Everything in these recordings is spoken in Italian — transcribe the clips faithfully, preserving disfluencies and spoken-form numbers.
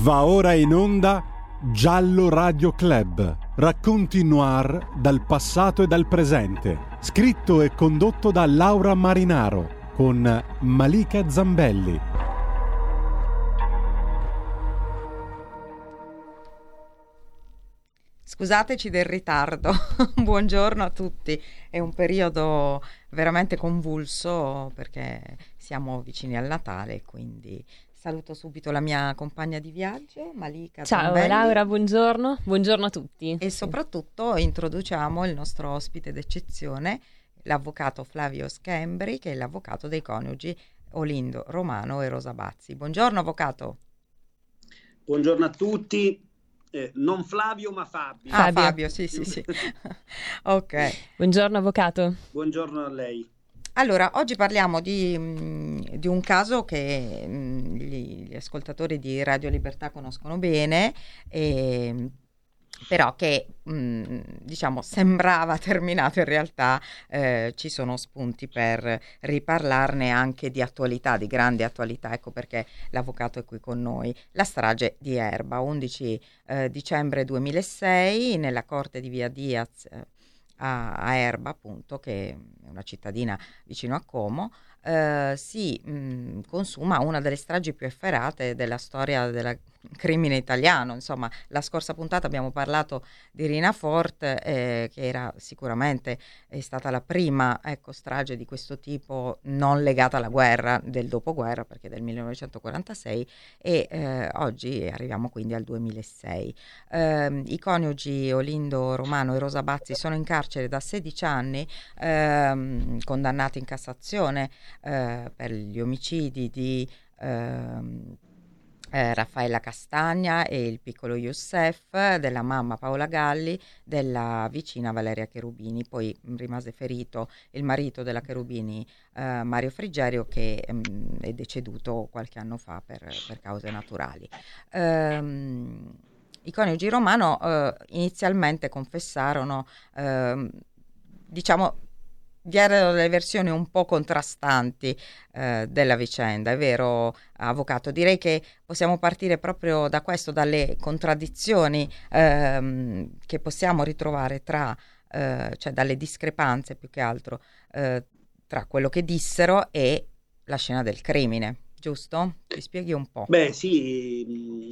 Va ora in onda Giallo Radio Club, racconti noir dal passato e dal presente, scritto e condotto da Laura Marinaro con Malika Zambelli. Scusateci del ritardo, buongiorno a tutti, è un periodo veramente convulso perché siamo vicini al Natale, quindi saluto subito la mia compagna di viaggio, Malika Ciao Zambelli. Laura, buongiorno, buongiorno a tutti. E soprattutto introduciamo il nostro ospite d'eccezione, l'avvocato Flavio Schembri, che è l'avvocato dei coniugi Olindo Romano e Rosa Bazzi. Buongiorno avvocato. Buongiorno a tutti. Eh, non Flavio ma Fabio. Ah, Fabio, Fabio sì sì sì. Ok. Buongiorno avvocato. Buongiorno a lei. Allora, oggi parliamo di, mh, di un caso che mh, gli, gli ascoltatori di Radio Libertà conoscono bene, e, però che mh, diciamo sembrava terminato, in realtà eh, ci sono spunti per riparlarne anche di attualità, di grande attualità, ecco perché l'avvocato è qui con noi. La strage di Erba, undici eh, dicembre duemilasei, nella corte di Via Diaz eh, a, a Erba, appunto, che è una cittadina vicino a Como, eh, si mh, consuma una delle stragi più efferate della storia della crimine italiano. Insomma, la scorsa puntata abbiamo parlato di Rina Fort, eh, che era sicuramente è stata la prima, ecco, strage di questo tipo non legata alla guerra, del dopoguerra, perché è del millenovecentoquarantasei, e eh, oggi arriviamo quindi al duemilasei. Eh, I coniugi Olindo Romano e Rosa Bazzi sono in carcere da sedici anni, ehm, condannati in Cassazione eh, per gli omicidi di ehm, Eh, Raffaella Castagna e il piccolo Youssef, della mamma Paola Galli, della vicina Valeria Cherubini. Poi mh, rimase ferito il marito della Cherubini, eh, Mario Frigerio, che mh, è deceduto qualche anno fa per, per cause naturali. Ehm, I coniugi Romano eh, inizialmente confessarono, ehm, diciamo, vi erano delle versioni un po' contrastanti eh, della vicenda, è vero avvocato? Direi che possiamo partire proprio da questo, dalle contraddizioni ehm, che possiamo ritrovare tra, eh, cioè dalle discrepanze più che altro eh, tra quello che dissero e la scena del crimine, giusto? Ti spieghi un po'? Beh sì,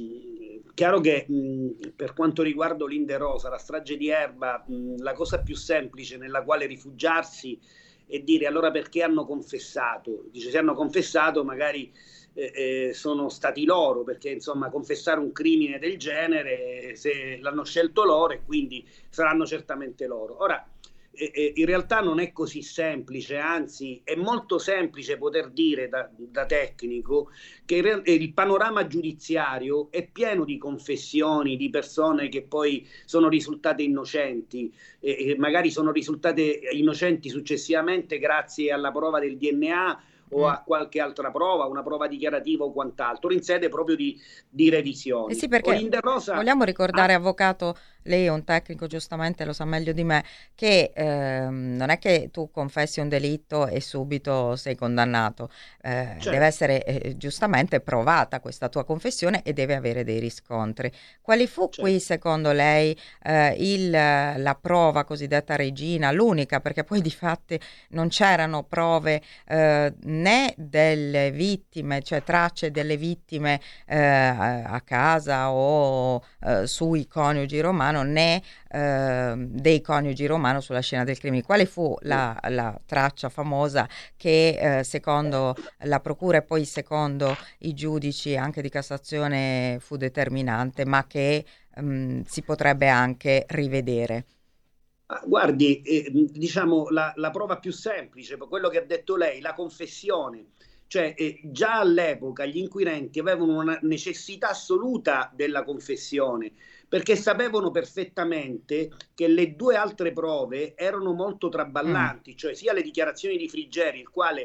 mh, chiaro che mh, per quanto riguarda Olindo e Rosa, la strage di Erba, mh, la cosa più semplice nella quale rifugiarsi è dire allora perché hanno confessato. Dice, se hanno confessato magari eh, eh, sono stati loro, perché insomma confessare un crimine del genere, se l'hanno scelto loro, e quindi saranno certamente loro. Ora, eh, in realtà non è così semplice, anzi è molto semplice poter dire da, da tecnico che in real- il panorama giudiziario è pieno di confessioni di persone che poi sono risultate innocenti, e, e magari sono risultate innocenti successivamente grazie alla prova del D N A o a qualche altra prova, una prova dichiarativa o quant'altro, in sede proprio di, di revisione. Eh sì, perché Rosa... vogliamo ricordare, ah, avvocato, lei è un tecnico, giustamente lo sa meglio di me, che ehm, non è che tu confessi un delitto e subito sei condannato, eh, certo. Deve essere eh, giustamente provata questa tua confessione e deve avere dei riscontri. Quali fu certo. qui, secondo lei, eh, il, la prova cosiddetta regina, l'unica, perché poi di fatti non c'erano prove eh, né delle vittime, cioè tracce delle vittime eh, a casa o eh, sui coniugi Romano, né eh, dei coniugi Romano sulla scena del crimine. Quale fu la, la traccia famosa che eh, secondo la procura e poi secondo i giudici anche di Cassazione fu determinante, ma che mh, si potrebbe anche rivedere? Guardi, eh, diciamo la, la prova più semplice, quello che ha detto lei, la confessione. Cioè, eh, già all'epoca gli inquirenti avevano una necessità assoluta della confessione, perché sapevano perfettamente che le due altre prove erano molto traballanti, mm. cioè sia le dichiarazioni di Frigerio, il quale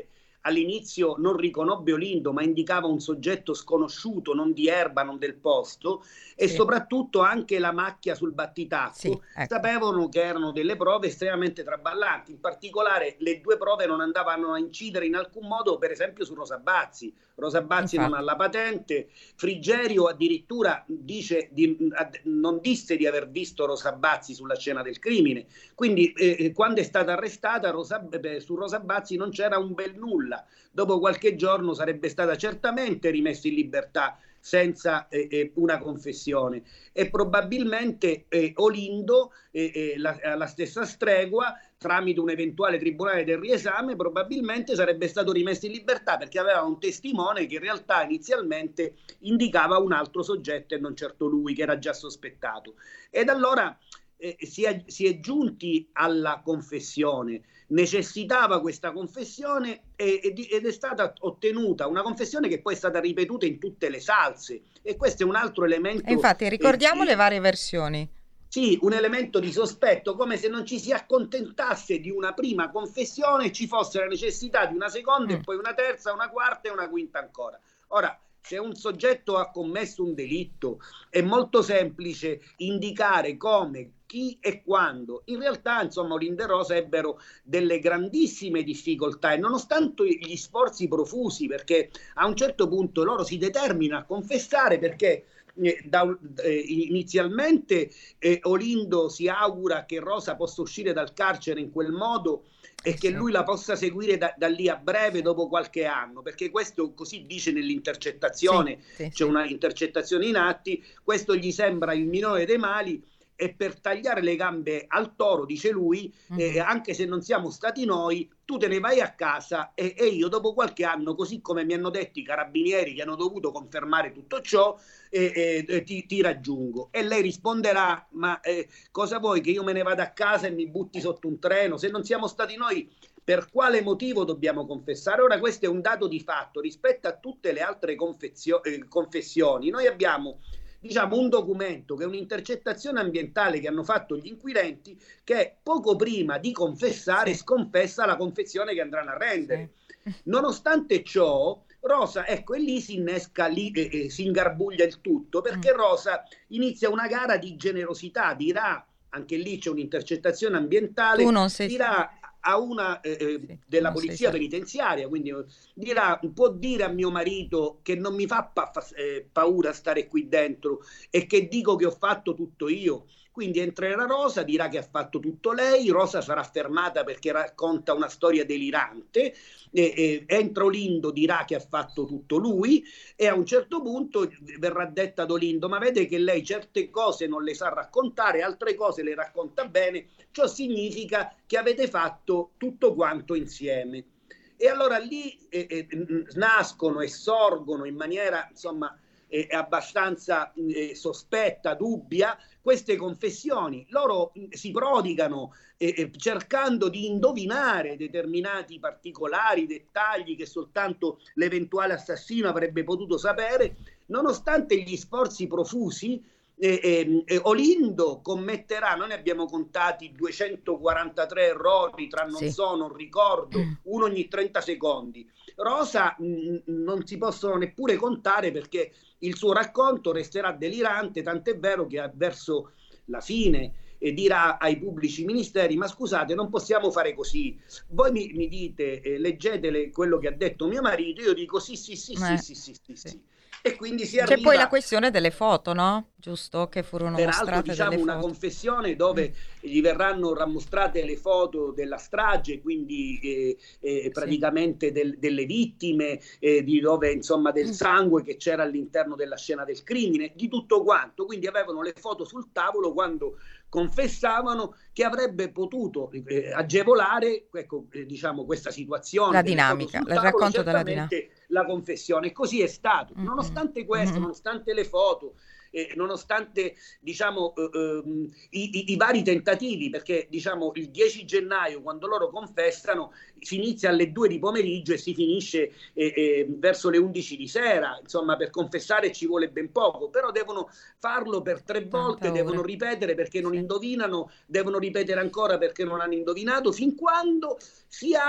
all'inizio non riconobbe Olindo, ma indicava un soggetto sconosciuto, non di Erba, non del posto, e Sì. soprattutto anche la macchia sul battitacco. Sì, ecco. Sapevano che erano delle prove estremamente traballanti, in particolare le due prove non andavano a incidere in alcun modo, per esempio, su Rosa Bazzi. Rosa Bazzi Infatti. non ha la patente, Frigerio addirittura dice di, non disse di aver visto Rosa Bazzi sulla scena del crimine, quindi eh, quando è stata arrestata Rosa, eh, su Rosa Bazzi non c'era un bel nulla. Dopo qualche giorno sarebbe stata certamente rimessa in libertà senza eh, eh, una confessione, e probabilmente eh, Olindo, eh, eh, la, la stessa stregua, tramite un eventuale tribunale del riesame, probabilmente sarebbe stato rimesso in libertà, perché aveva un testimone che in realtà inizialmente indicava un altro soggetto e non certo lui, che era già sospettato. Ed allora eh, si, è, si è giunti alla confessione. Necessitava questa confessione e, ed è stata ottenuta una confessione che poi è stata ripetuta in tutte le salse, e questo è un altro elemento. E infatti ricordiamo eh, le varie versioni. Sì, un elemento di sospetto, come se non ci si accontentasse di una prima confessione e ci fosse la necessità di una seconda Mm. e poi una terza, una quarta e una quinta ancora. Ora, se un soggetto ha commesso un delitto, è molto semplice indicare come, chi e quando. In realtà, insomma, Olindo e Rosa ebbero delle grandissime difficoltà, e nonostante gli sforzi profusi, perché a un certo punto loro si determinano a confessare, perché eh, da, eh, inizialmente eh, Olindo si augura che Rosa possa uscire dal carcere in quel modo e che Sì. lui la possa seguire da, da lì a breve, dopo qualche anno, perché questo così dice nell'intercettazione. Sì, sì, C'è sì. una intercettazione in atti, questo gli sembra il minore dei mali, e per tagliare le gambe al toro, dice lui, eh, Mhm. anche se non siamo stati noi, tu te ne vai a casa e, e io dopo qualche anno, così come mi hanno detto i carabinieri che hanno dovuto confermare tutto ciò, eh, eh, ti, ti raggiungo. E lei risponderà: ma eh, cosa vuoi, che io me ne vada a casa e mi butti sotto un treno? Se non siamo stati noi, per quale motivo dobbiamo confessare? Ora, questo è un dato di fatto rispetto a tutte le altre confessio- eh, confessioni. Noi abbiamo, diciamo, un documento che è un'intercettazione ambientale che hanno fatto gli inquirenti, che poco prima di confessare Sì. sconfessa la confessione che andranno a rendere. Sì. Nonostante ciò, Rosa, ecco, e lì si innesca, lì eh, eh, si ingarbuglia il tutto, perché Mm. Rosa inizia una gara di generosità, dirà, anche lì c'è un'intercettazione ambientale, Tu non sei dirà a una eh, eh, Sì, della non sei polizia stato. penitenziaria, quindi eh, dirà, può dire a mio marito che non mi fa pa- fa- eh, paura stare qui dentro e che dico che ho fatto tutto io. Quindi entrerà Rosa, dirà che ha fatto tutto lei, Rosa sarà fermata perché racconta una storia delirante, e, e, entra Olindo, dirà che ha fatto tutto lui, e a un certo punto verrà detta ad Olindo: ma vede che lei certe cose non le sa raccontare, altre cose le racconta bene, ciò significa che avete fatto tutto quanto insieme. E allora lì eh, eh, nascono e sorgono in maniera, insomma, eh, abbastanza eh, sospetta, dubbia, queste confessioni. Loro si prodigano eh, eh, cercando di indovinare determinati particolari, dettagli che soltanto l'eventuale assassino avrebbe potuto sapere, nonostante gli sforzi profusi. Eh, eh, eh, Olindo commetterà, noi ne abbiamo contati duecentoquarantatré errori tra non Sì. so, non ricordo, uno ogni trenta secondi. Rosa mh, non si possono neppure contare, perché il suo racconto resterà delirante, tant'è vero che verso la fine eh, dirà ai pubblici ministeri: ma scusate, non possiamo fare così, voi mi, mi dite, eh, leggetele quello che ha detto mio marito, io dico sì sì sì Eh, sì sì sì sì, sì. sì. E quindi si C'è arriva. poi la questione delle foto, no? Giusto? Che furono Peraltro, mostrate diciamo, delle una foto. confessione dove Mm. gli verranno rammostrate le foto della strage, quindi eh, eh, praticamente del, delle vittime, eh, di dove, insomma, del sangue che c'era all'interno della scena del crimine, di tutto quanto. Quindi avevano le foto sul tavolo quando confessavano, che avrebbe potuto eh, agevolare, ecco, eh, diciamo, questa situazione La delle foto dinamica, sul il tavolo, racconto della certamente la confessione. E così è stato. Mm, Nonostante mm, questo, mm. nonostante le foto, eh, nonostante, diciamo, eh, eh, i, i, i vari tentativi, perché, diciamo, il dieci gennaio, quando loro confessano, si inizia alle due di pomeriggio e si finisce eh, eh, verso le undici di sera. Insomma, per confessare ci vuole ben poco, però devono farlo per tre volte, Tante ore. devono ripetere perché non Sì. indovinano, devono ripetere ancora perché non hanno indovinato, fin quando si ha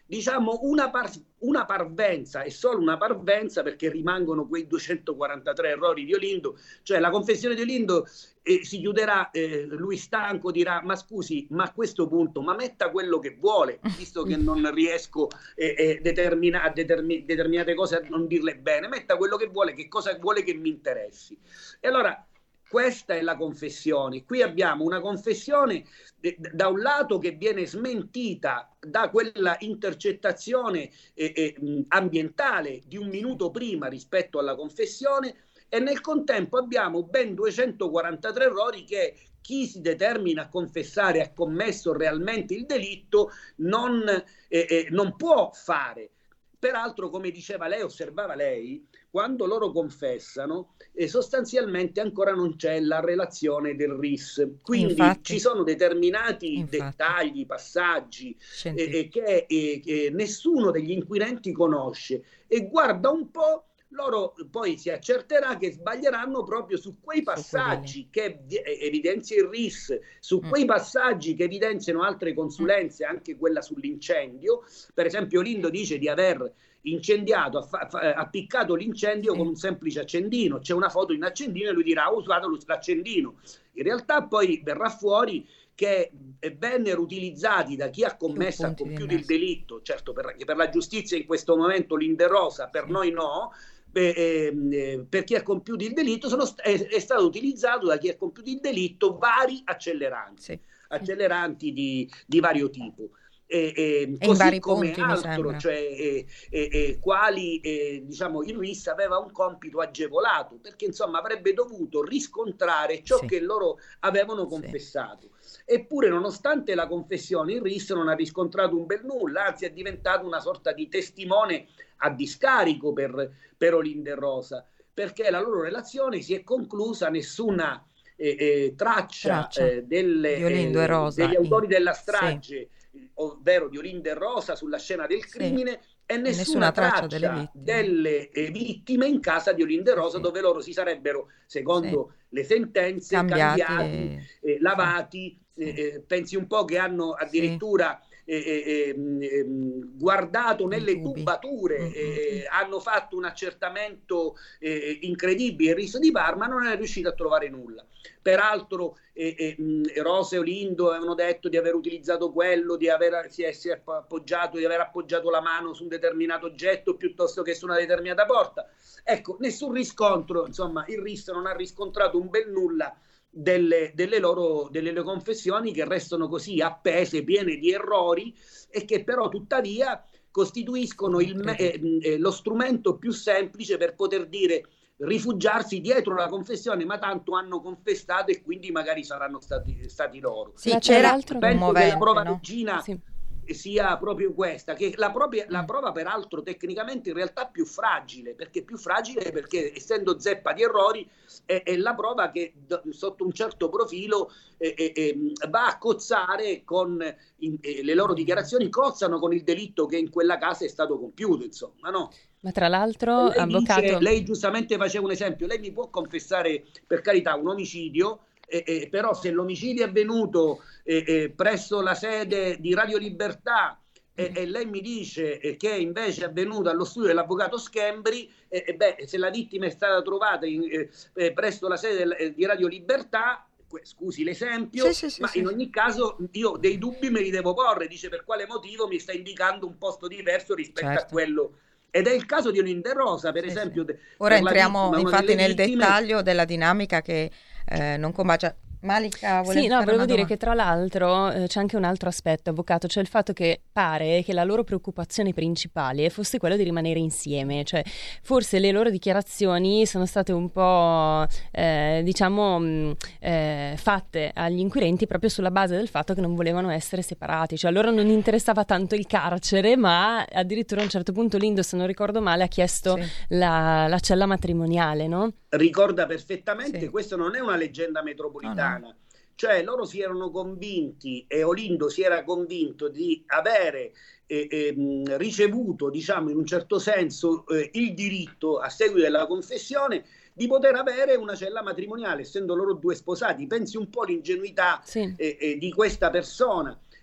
diciamo una, par- una parvenza, e solo una parvenza, perché rimangono quei duecentoquarantatré errori di Olindo. Cioè la confessione di Olindo eh, si chiuderà, eh, lui stanco dirà: ma scusi, ma a questo punto ma metta quello che vuole, visto che non riesco eh, eh, determina- a determin- determinate cose a non dirle bene, metta quello che vuole, che cosa vuole che mi interessi. E allora questa è la confessione. Qui abbiamo una confessione eh, da un lato che viene smentita da quella intercettazione eh, eh, ambientale di un minuto prima rispetto alla confessione, e nel contempo abbiamo ben duecentoquarantatré errori che chi si determina a confessare ha commesso realmente il delitto non, eh, eh, non può fare. Peraltro, come diceva lei, osservava lei, quando loro confessano eh, sostanzialmente ancora non c'è la relazione del R I S, quindi infatti, ci sono determinati infatti. dettagli, passaggi eh, eh, che, eh, che nessuno degli inquirenti conosce, e guarda un po', loro poi si accerterà che sbaglieranno proprio su quei passaggi che evidenzia il R I S, su mm. quei passaggi che evidenziano altre consulenze, anche quella sull'incendio. Per esempio Olindo dice di aver incendiato, ha appiccato l'incendio sì. con un semplice accendino, c'è una foto in accendino e lui dirà: ha usato l'accendino. In realtà poi verrà fuori che vennero utilizzati da chi ha commesso, ha compiuto il delitto, certo per, per la giustizia in questo momento l'Inderosa, per sì. noi no, eh, eh, per chi ha compiuto il delitto sono, è, è stato utilizzato da chi ha compiuto il delitto vari acceleranti, sì. acceleranti di, di vario tipo. E, e, e così come punti, altro, cioè e, e, e, quali eh, diciamo il R I S aveva un compito agevolato, perché insomma avrebbe dovuto riscontrare ciò sì. che loro avevano confessato. Sì. Eppure, nonostante la confessione, il R I S non ha riscontrato un bel nulla, anzi è diventato una sorta di testimone a discarico per, per Olindo e Rosa, perché la loro relazione si è conclusa, nessuna eh, eh, traccia, traccia. Eh, delle, di Olindo e Rosa, degli autori della strage, sì. ovvero di Olindo e Rosa, sulla scena del crimine, sì. e nessuna, nessuna traccia, traccia delle vittime, delle, eh, vittime in casa di Olindo e Rosa, sì. dove loro si sarebbero, secondo sì. le sentenze, cambiati, cambiati eh, lavati. Sì. Eh, pensi un po' che hanno addirittura sì. eh, eh, eh, guardato nelle tubature, mm-hmm. eh, hanno fatto un accertamento eh, incredibile. Il R I S di Parma non è riuscito a trovare nulla. Peraltro eh, eh, Rosa e Olindo avevano detto di aver utilizzato quello, di aver si è, si è appoggiato, di aver appoggiato la mano su un determinato oggetto piuttosto che su una determinata porta. Ecco, nessun riscontro, insomma, il R I S non ha riscontrato un bel nulla delle, delle, loro, delle loro confessioni, che restano così appese, piene di errori, e che però tuttavia costituiscono il, eh, eh, lo strumento più semplice per poter dire, rifugiarsi dietro la confessione, ma tanto hanno confessato e quindi magari saranno stati, stati loro. Sì, c'era altro penso che la prova no? regina sì. sia proprio questa, che la, propria, la prova peraltro tecnicamente in realtà più fragile, perché più fragile perché essendo zeppa di errori è, è la prova che d- sotto un certo profilo eh, eh, va a cozzare con in, eh, le loro dichiarazioni cozzano con il delitto che in quella casa è stato compiuto, insomma, no? Ma tra l'altro, lei avvocato... dice, lei giustamente faceva un esempio, lei mi può confessare, per carità, un omicidio, Eh, eh, però se l'omicidio è avvenuto eh, eh, presso la sede di Radio Libertà eh, mm. e lei mi dice eh, che invece è avvenuto allo studio dell'avvocato Schembri, eh, eh, beh, se la vittima è stata trovata in, eh, eh, presso la sede del, di Radio Libertà, scusi l'esempio, sì, sì, sì, ma sì, in ogni sì. caso io dei dubbi me li devo porre, dice per quale motivo mi sta indicando un posto diverso rispetto certo. a quello. Ed è il caso di Olindo e Rosa, per sì, esempio. Sì. Ora entriamo vittima, infatti nel vittime... dettaglio della dinamica che eh, non combacia. Malika, sì, no, volevo dire che tra l'altro eh, c'è anche un altro aspetto, avvocato, cioè il fatto che pare che la loro preoccupazione principale fosse quella di rimanere insieme, cioè forse le loro dichiarazioni sono state un po' eh, diciamo mh, eh, fatte agli inquirenti proprio sulla base del fatto che non volevano essere separati, cioè a loro non interessava tanto il carcere, ma addirittura a un certo punto Lindo, se non ricordo male, ha chiesto sì. la, la cella matrimoniale, no? Ricorda perfettamente, sì. Questo non è una leggenda metropolitana. Oh, no. Cioè loro si erano convinti, e Olindo si era convinto di avere eh, eh, ricevuto, diciamo in un certo senso, eh, il diritto, a seguito della confessione, di poter avere una cella matrimoniale, essendo loro due sposati. Pensi un po' l'ingenuità sì. eh, eh, di questa persona.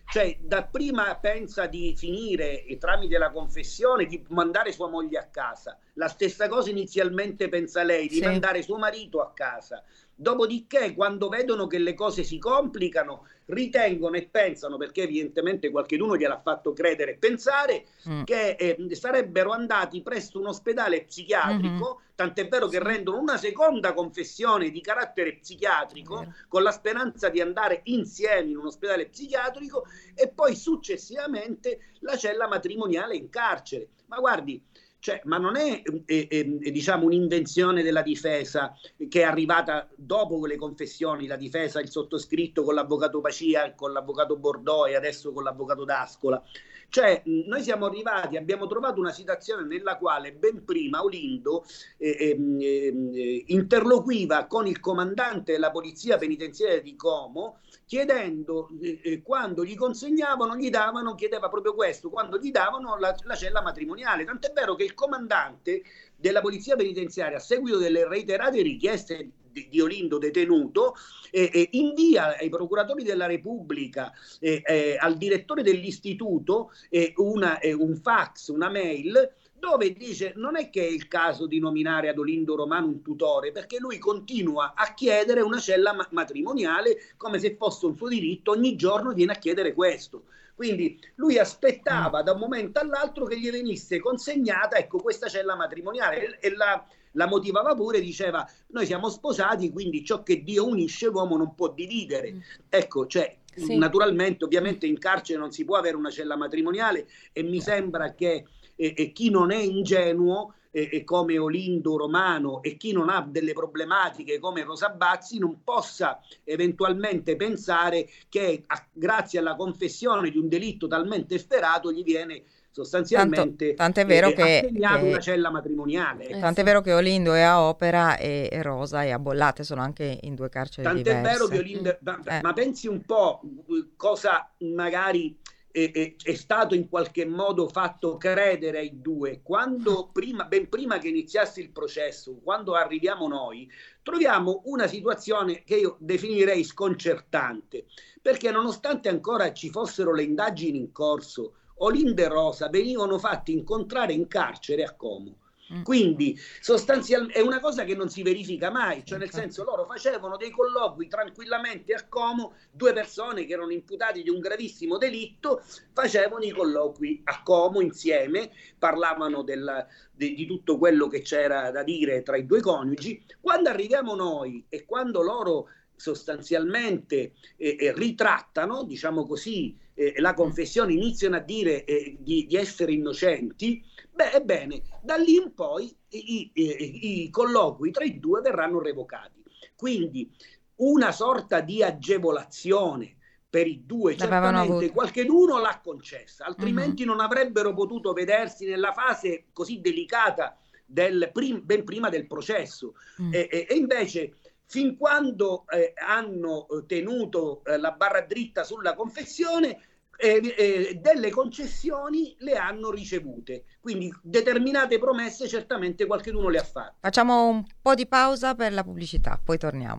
Cioè, dapprima pensa di finire e tramite la confessione di mandare sua moglie a casa. La stessa cosa inizialmente pensa lei, di sì. mandare suo marito a casa. Dopodiché, quando vedono che le cose si complicano, ritengono e pensano, perché evidentemente qualcuno gliel'ha fatto credere e pensare, mm. che eh, sarebbero andati presso un ospedale psichiatrico, mm-hmm. tant'è vero che sì. rendono una seconda confessione di carattere psichiatrico, mm. con la speranza di andare insieme in un ospedale psichiatrico, e poi successivamente la cella matrimoniale in carcere. Ma guardi, cioè, ma non è eh, eh, diciamo un'invenzione della difesa che è arrivata dopo le confessioni, la difesa, il sottoscritto con l'avvocato Pacia, con l'avvocato Bordò e adesso con l'avvocato D'Ascola. Cioè, noi siamo arrivati, abbiamo trovato una situazione nella quale ben prima Olindo eh, eh, interloquiva con il comandante della polizia penitenziaria di Como, chiedendo, eh, quando gli consegnavano, gli davano, chiedeva proprio questo, quando gli davano la, la cella matrimoniale. Tant'è vero che il comandante della polizia penitenziaria, a seguito delle reiterate richieste di, di Olindo detenuto, eh, eh, invia ai procuratori della Repubblica, eh, eh, al direttore dell'istituto, eh, una, eh, un fax, una mail, dove dice: non è che è il caso di nominare ad Olindo Romano un tutore, perché lui continua a chiedere una cella ma- matrimoniale come se fosse un suo diritto, ogni giorno viene a chiedere questo. Quindi lui aspettava da un momento all'altro che gli venisse consegnata, ecco, questa cella matrimoniale, e la, la motivava pure, diceva: noi siamo sposati, quindi ciò che Dio unisce l'uomo non può dividere. Mm. Ecco, cioè, sì. naturalmente, ovviamente in carcere non si può avere una cella matrimoniale, e mi sembra che E, e chi non è ingenuo e, e come Olindo Romano, e chi non ha delle problematiche come Rosa Bazzi, non possa eventualmente pensare che a, grazie alla confessione di un delitto talmente efferato gli viene sostanzialmente Tanto, tant'è vero eh, che, assegnato che, una cella matrimoniale. Eh, tant'è sì. vero che Olindo è a Opera e, e Rosa è a Bollate, sono anche in due carceri tant'è diverse. Tant'è vero che Olindo, ma, eh. ma pensi un po' cosa magari È, è, è stato in qualche modo fatto credere ai due. Quando prima, ben prima che iniziasse il processo, quando arriviamo noi, troviamo una situazione che io definirei sconcertante, perché nonostante ancora ci fossero le indagini in corso, Olindo e Rosa venivano fatti incontrare in carcere a Como. Quindi sostanzialmente è una cosa che non si verifica mai, cioè nel senso, loro facevano dei colloqui tranquillamente a Como, due persone che erano imputati di un gravissimo delitto facevano i colloqui a Como insieme, parlavano del, di, di tutto quello che c'era da dire tra i due coniugi. Quando arriviamo noi e quando loro sostanzialmente eh, eh, ritrattano, diciamo così, eh, la confessione, iniziano a dire eh, di, di essere innocenti, beh, ebbene, da lì in poi i, i, i colloqui tra i due verranno revocati. Quindi una sorta di agevolazione per i due, certamente qualcheduno l'ha concessa, altrimenti uh-huh. non avrebbero potuto vedersi nella fase così delicata del prim- ben prima del processo. Uh-huh. E, e, e invece, fin quando eh, hanno tenuto eh, la barra dritta sulla confessione, Eh, eh, delle concessioni le hanno ricevute, quindi determinate promesse certamente qualcuno le ha fatte. Facciamo un po' di pausa per la pubblicità, poi torniamo.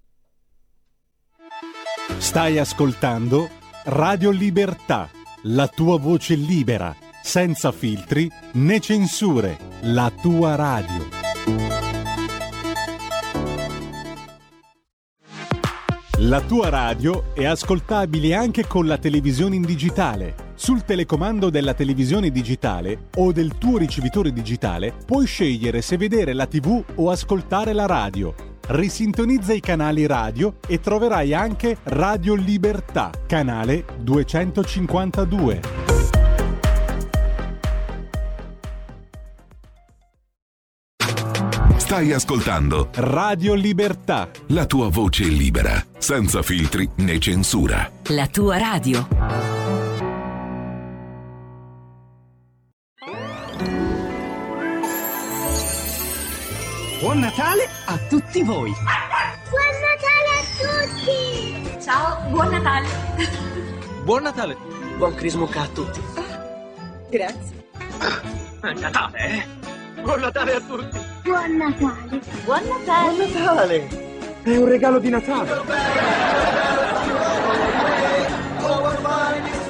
Stai ascoltando Radio Libertà, la tua voce libera, senza filtri né censure, la tua radio. La tua radio è ascoltabile anche con la televisione in digitale. Sul telecomando della televisione digitale o del tuo ricevitore digitale puoi scegliere se vedere la tivù o ascoltare la radio. Risintonizza i canali radio e troverai anche Radio Libertà, canale duecentocinquantadue. Stai ascoltando Radio Libertà, la tua voce libera, senza filtri né censura. La tua radio. Buon Natale a tutti voi! Buon Natale a tutti! Ciao, buon Natale! Buon Natale! Buon Crismuca a tutti! Grazie! È Natale, eh? Buon Natale a tutti! Buon Natale! Buon Natale! Buon Natale! È un regalo di Natale!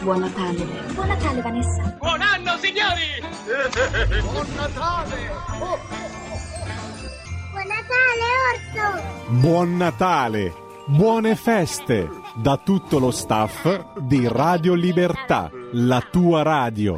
Buon Natale. Buon Natale, Vanessa. Buon anno, signori! Buon Natale! Oh. Buon Natale, Orso! Buon Natale! Buone feste da tutto lo staff di Radio Libertà, la tua radio.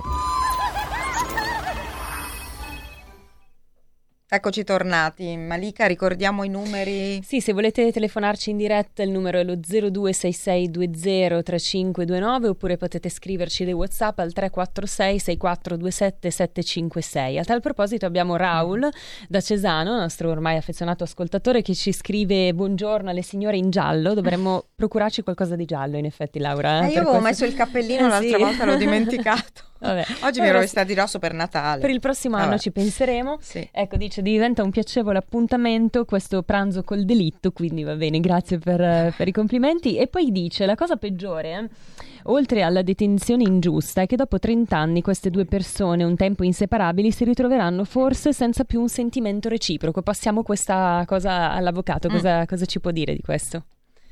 Eccoci tornati. Malika, ricordiamo i numeri? Sì, se volete telefonarci in diretta il numero è lo zero due sei sei due zero tre cinque due nove oppure potete scriverci dei WhatsApp al tre quattro sei sei quattro due sette sette cinque sei. A tal proposito abbiamo Raul da Cesano, nostro ormai affezionato ascoltatore, che ci scrive: buongiorno alle signore in giallo. Dovremmo procurarci qualcosa di giallo, in effetti, Laura. Eh, io avevo questo... messo il cappellino eh, l'altra sì. volta, l'ho dimenticato. Vabbè. Oggi mi ero vestita di rosso per Natale. Per il prossimo anno Vabbè. ci penseremo. Sì. Ecco, dice diventa un piacevole appuntamento questo pranzo col delitto, quindi va bene, grazie per, per i complimenti. E poi dice la cosa peggiore, eh, oltre alla detenzione ingiusta, è che dopo trenta anni queste due persone, un tempo inseparabili, si ritroveranno forse senza più un sentimento reciproco. Passiamo questa cosa all'avvocato, cosa, mm. cosa ci può dire di questo?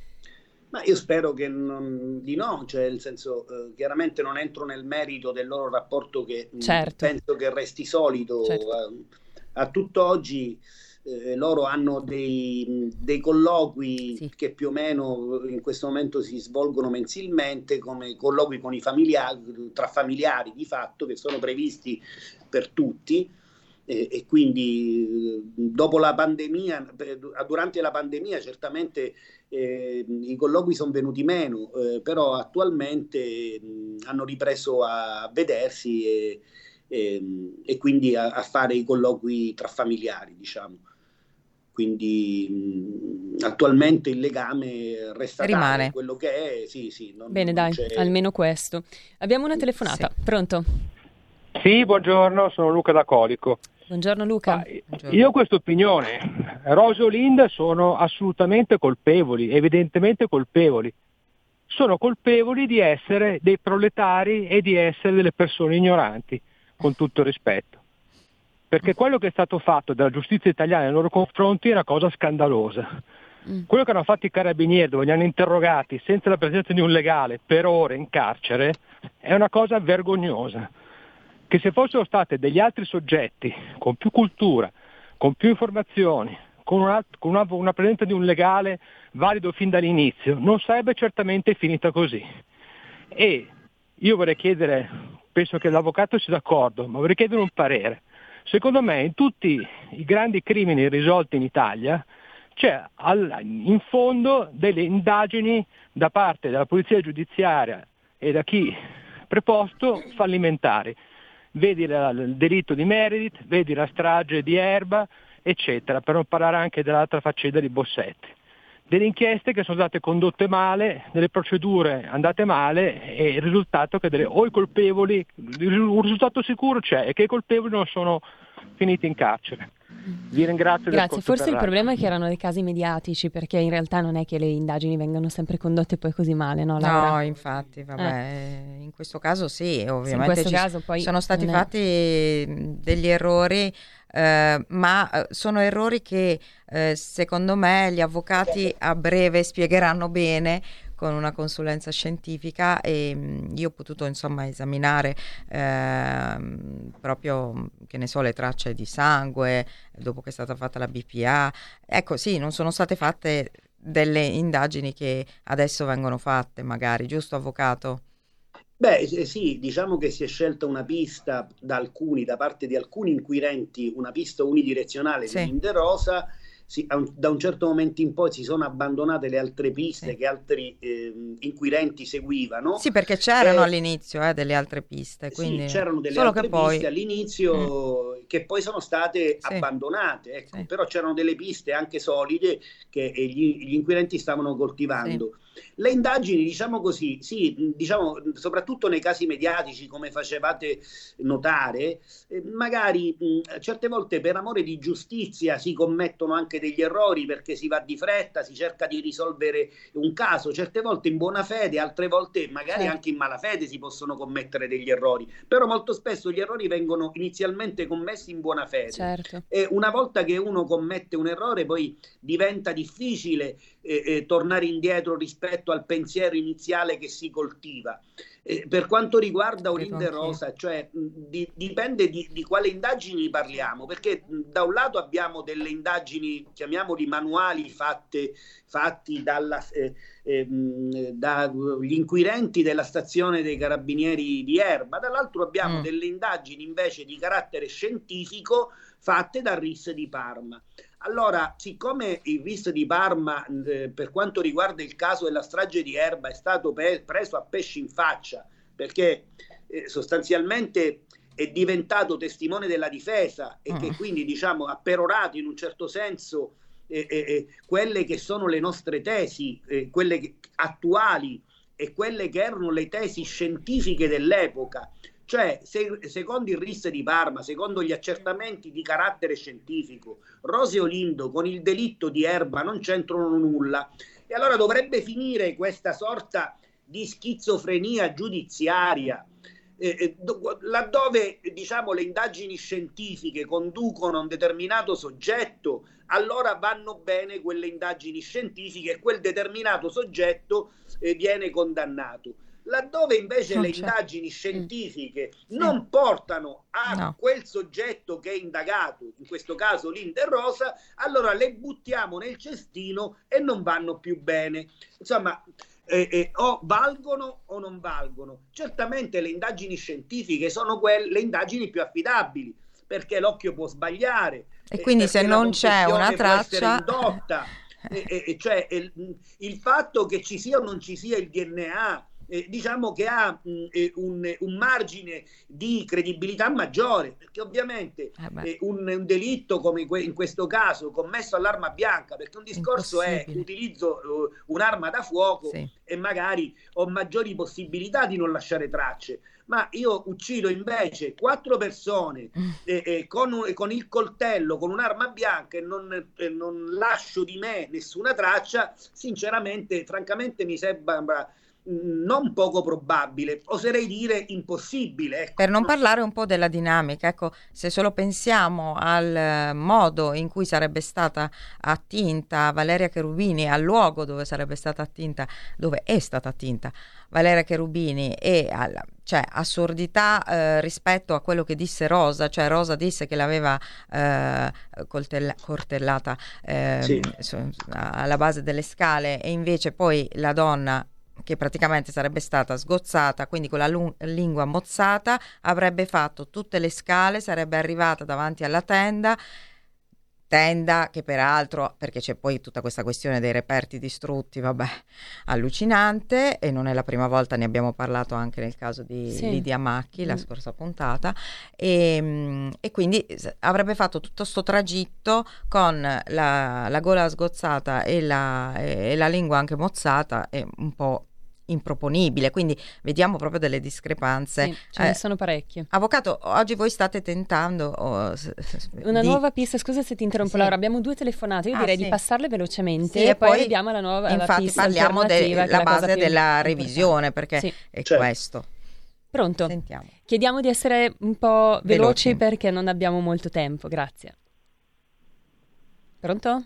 Ma io spero che non, di no, cioè nel senso, eh, chiaramente non entro nel merito del loro rapporto, che certo. mh, penso che resti solido. Certo. A, a tutt'oggi eh, loro hanno dei, dei colloqui sì. che più o meno in questo momento si svolgono mensilmente, come colloqui con i familiari, tra familiari di fatto, che sono previsti per tutti. E, e quindi dopo la pandemia, durante la pandemia certamente eh, i colloqui sono venuti meno, eh, però attualmente mh, hanno ripreso a vedersi e, e, e quindi a, a fare i colloqui tra familiari, diciamo. Quindi mh, attualmente il legame resta Rimane tale, quello che è, sì, sì. Non, Bene, non dai, c'è... almeno questo. Abbiamo una telefonata, sì. Pronto? Sì, buongiorno, sono Luca da Colico. Buongiorno Luca. Ah, buongiorno. Io ho questa opinione, Rosy e Linda sono assolutamente colpevoli, evidentemente colpevoli. Sono colpevoli di essere dei proletari e di essere delle persone ignoranti, con tutto il rispetto. Perché quello che è stato fatto dalla giustizia italiana nei loro confronti è una cosa scandalosa. Mm. Quello che hanno fatto i carabinieri, dove li hanno interrogati senza la presenza di un legale per ore in carcere, è una cosa vergognosa. Che se fossero state degli altri soggetti con più cultura, con più informazioni, con, una, con una, una presenza di un legale valido fin dall'inizio, non sarebbe certamente finita così. E io vorrei chiedere, penso che l'avvocato sia d'accordo, ma vorrei chiedere un parere. Secondo me in tutti i grandi crimini risolti in Italia c'è al, in fondo delle indagini da parte della polizia giudiziaria e da chi preposto fallimentari. Vedi la, il delitto di Meredith, vedi la strage di Erba, eccetera, per non parlare anche dell'altra faccenda di Bossetti. Delle inchieste che sono state condotte male, delle procedure andate male e il risultato che delle, o i colpevoli, un risultato sicuro c'è, e che i colpevoli non sono finiti in carcere. Vi ringrazio. Grazie, forse il problema è che erano dei casi mediatici, perché in realtà non è che le indagini vengano sempre condotte poi così male, no Laura? No, infatti, vabbè, eh. in questo caso sì, ovviamente sì, in questo ci caso poi sono stati è... fatti degli errori, eh, ma sono errori che eh, secondo me gli avvocati a breve spiegheranno bene con una consulenza scientifica, e mh, io ho potuto insomma esaminare eh, proprio, che ne so, le tracce di sangue dopo che è stata fatta la B P A. Ecco, sì, non sono state fatte delle indagini che adesso vengono fatte, magari, giusto avvocato? Beh, sì, diciamo che si è scelta una pista da alcuni, da parte di alcuni inquirenti, una pista unidirezionale sì. di Linde Rosa. Si, un, da un certo momento in poi si sono abbandonate le altre piste sì. che altri eh, inquirenti seguivano. Sì, perché c'erano eh, all'inizio eh, delle altre piste. Quindi... Sì, c'erano delle Solo altre che piste poi... all'inizio mm. che poi sono state sì. abbandonate. Ecco. Sì. Però c'erano delle piste anche solide che gli, gli inquirenti stavano coltivando. Sì. Le indagini, diciamo così, sì, diciamo, soprattutto nei casi mediatici, come facevate notare, eh, magari mh, certe volte per amore di giustizia si commettono anche degli errori, perché si va di fretta, si cerca di risolvere un caso, certe volte in buona fede, altre volte magari certo. anche in malafede si possono commettere degli errori, però molto spesso gli errori vengono inizialmente commessi in buona fede. Certo. E una volta che uno commette un errore poi diventa difficile eh, eh, tornare indietro rispetto al pensiero iniziale che si coltiva. Eh, per quanto riguarda Olinda e Rosa, cioè mh, di, dipende di, di quale indagini parliamo, perché mh, da un lato abbiamo delle indagini, chiamiamoli manuali, fatte, fatti dalla, eh, eh, mh, dagli inquirenti della stazione dei carabinieri di Erba, dall'altro abbiamo mm. delle indagini invece di carattere scientifico fatte dal R I S di Parma. Allora, siccome il R I S di Parma, eh, per quanto riguarda il caso della strage di Erba, è stato pe- preso a pesci in faccia, perché eh, sostanzialmente è diventato testimone della difesa e mm. che quindi, diciamo, ha perorato in un certo senso eh, eh, quelle che sono le nostre tesi, eh, quelle che, attuali e quelle che erano le tesi scientifiche dell'epoca. Cioè, se, secondo il R I S di Parma, secondo gli accertamenti di carattere scientifico, Rosa e Olindo con il delitto di Erba non c'entrano nulla. E allora dovrebbe finire questa sorta di schizofrenia giudiziaria, eh, eh, do, laddove, diciamo, le indagini scientifiche conducono a un determinato soggetto, allora vanno bene quelle indagini scientifiche e quel determinato soggetto eh, viene condannato. Laddove invece non le c'è. indagini scientifiche mm. non portano a no. quel soggetto che è indagato, in questo caso Olinda e Rosa, allora le buttiamo nel cestino e non vanno più bene. Insomma, eh, eh, o valgono o non valgono. Certamente le indagini scientifiche sono quelle, le indagini più affidabili, perché l'occhio può sbagliare. E eh, quindi se non c'è una traccia... Indotta, eh, eh, cioè il, il fatto che ci sia o non ci sia il D N A, Eh, diciamo che ha mh, eh, un, un margine di credibilità maggiore, perché ovviamente eh eh, un, un delitto come que- in questo caso commesso all'arma bianca, perché un discorso è utilizzo uh, un'arma da fuoco sì. e magari ho maggiori possibilità di non lasciare tracce, ma io uccido invece quattro persone eh, eh, con, un, con il coltello, con un'arma bianca e non, eh, non lascio di me nessuna traccia, sinceramente, francamente mi sembra non poco probabile, oserei dire impossibile. Ecco. Per non parlare un po' della dinamica, ecco, se solo pensiamo al modo in cui sarebbe stata attinta Valeria Cherubini, al luogo dove sarebbe stata attinta, dove è stata attinta Valeria Cherubini e alla cioè assurdità eh, rispetto a quello che disse Rosa, cioè Rosa disse che l'aveva eh, coltella- coltellata eh, sì. alla base delle scale e invece poi la donna che praticamente sarebbe stata sgozzata, quindi con la lu- lingua mozzata, avrebbe fatto tutte le scale, sarebbe arrivata davanti alla tenda, tenda che peraltro, perché c'è poi tutta questa questione dei reperti distrutti, vabbè, allucinante, e non è la prima volta, ne abbiamo parlato anche nel caso di sì. Lidia Macchi, la mm. scorsa puntata, e, e quindi avrebbe fatto tutto sto tragitto con la, la gola sgozzata e la, e la lingua anche mozzata, e un po' improponibile, quindi vediamo proprio delle discrepanze. Sì, ce ne eh, sono parecchie. Avvocato, oggi voi state tentando oh, una di... nuova pista, scusa se ti interrompo, sì. Laura, abbiamo due telefonate, io ah, direi sì. di passarle velocemente sì, e poi, poi vediamo la nuova infatti pista parliamo della base della importante. revisione, perché sì. è certo. questo. Pronto? Sentiamo. Chiediamo di essere un po' veloci, veloci perché non abbiamo molto tempo, grazie. Pronto?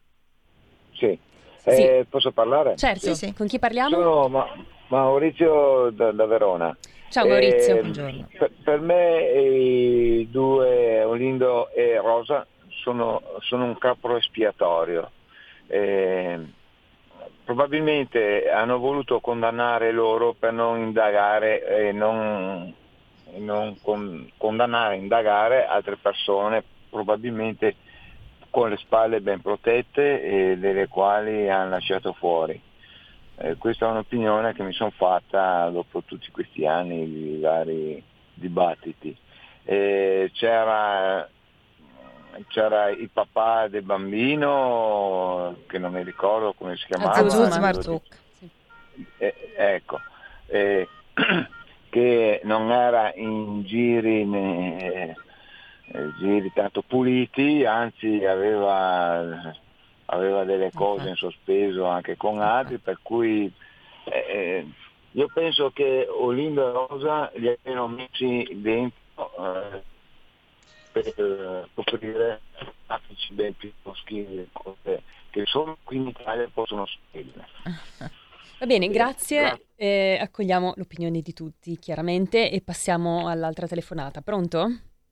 Sì. Eh, sì. Posso parlare? Certo, sì, sì. Con chi parliamo? Sono Ma- Maurizio da, da Verona. Ciao Maurizio. Eh, Buongiorno. Per, per me i due, Olindo e Rosa, sono, sono un capro espiatorio. Eh, probabilmente hanno voluto condannare loro per non indagare e non, non con, condannare, indagare altre persone, probabilmente con le spalle ben protette e delle quali hanno lasciato fuori. Eh, questa è un'opinione che mi sono fatta dopo tutti questi anni di vari dibattiti. Eh, c'era, c'era il papà del bambino, che non mi ricordo come si chiamava. Azuz Marzouk. Eh, ecco, eh, che non era in giri né, giri tanto puliti, anzi aveva, aveva delle cose in sospeso anche con altri, per cui eh, io penso che Olindo e Rosa li abbiano messi dentro eh, per coprire traffici ben più oschi che solo qui in Italia possono scrivere. Va bene, grazie. grazie. Eh, accogliamo l'opinione di tutti, chiaramente, e passiamo all'altra telefonata. Pronto?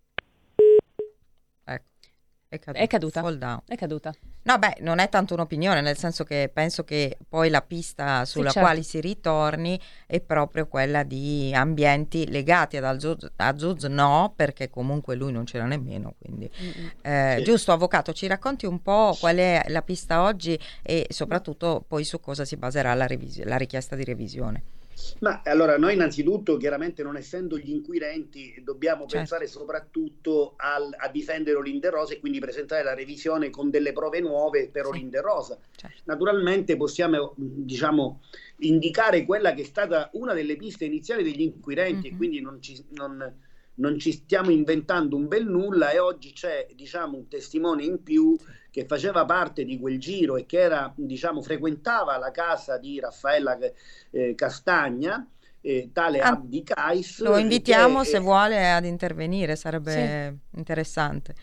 Ecco, è caduta. È caduta. Fall down. È caduta. No, beh, non è tanto un'opinione, nel senso che penso che poi la pista sulla sì, certo. quale si ritorni è proprio quella di ambienti legati ad Azuz, Azuz no, perché comunque lui non c'era nemmeno, quindi eh, sì. Giusto, avvocato, ci racconti un po' qual è la pista oggi e soprattutto poi su cosa si baserà la, revisi- la richiesta di revisione. Ma allora noi innanzitutto, chiaramente non essendo gli inquirenti, dobbiamo certo. pensare soprattutto al, a difendere Olinda e Rosa e quindi presentare la revisione con delle prove nuove per sì. Olinda e Rosa. Certo. Naturalmente possiamo, diciamo, indicare quella che è stata una delle piste iniziali degli inquirenti mm-hmm. e quindi non ci, non, non ci stiamo inventando un bel nulla, e oggi c'è, diciamo, un testimone in più che faceva parte di quel giro e che era, diciamo, frequentava la casa di Raffaella eh, Castagna, eh, tale ah, Abdi Kais. Lo invitiamo che, se eh, vuole ad intervenire, sarebbe sì. interessante.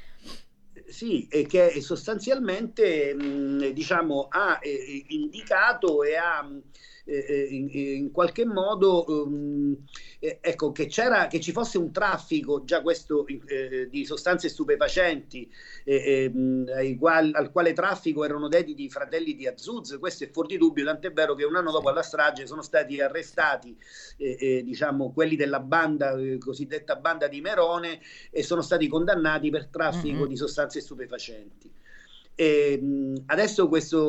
Sì, e che sostanzialmente mh, diciamo ha eh, indicato e ha eh, in, in qualche modo um, eh, ecco che c'era, che ci fosse un traffico già questo eh, di sostanze stupefacenti eh, eh, ai quali, al quale traffico erano dediti i fratelli di Azuz. Questo è fuori di dubbio, tant'è vero che un anno dopo la strage sono stati arrestati eh, eh, diciamo quelli della banda eh, cosiddetta banda di Merone, e sono stati condannati per traffico mm-hmm. di sostanze stupefacenti. E, mh, adesso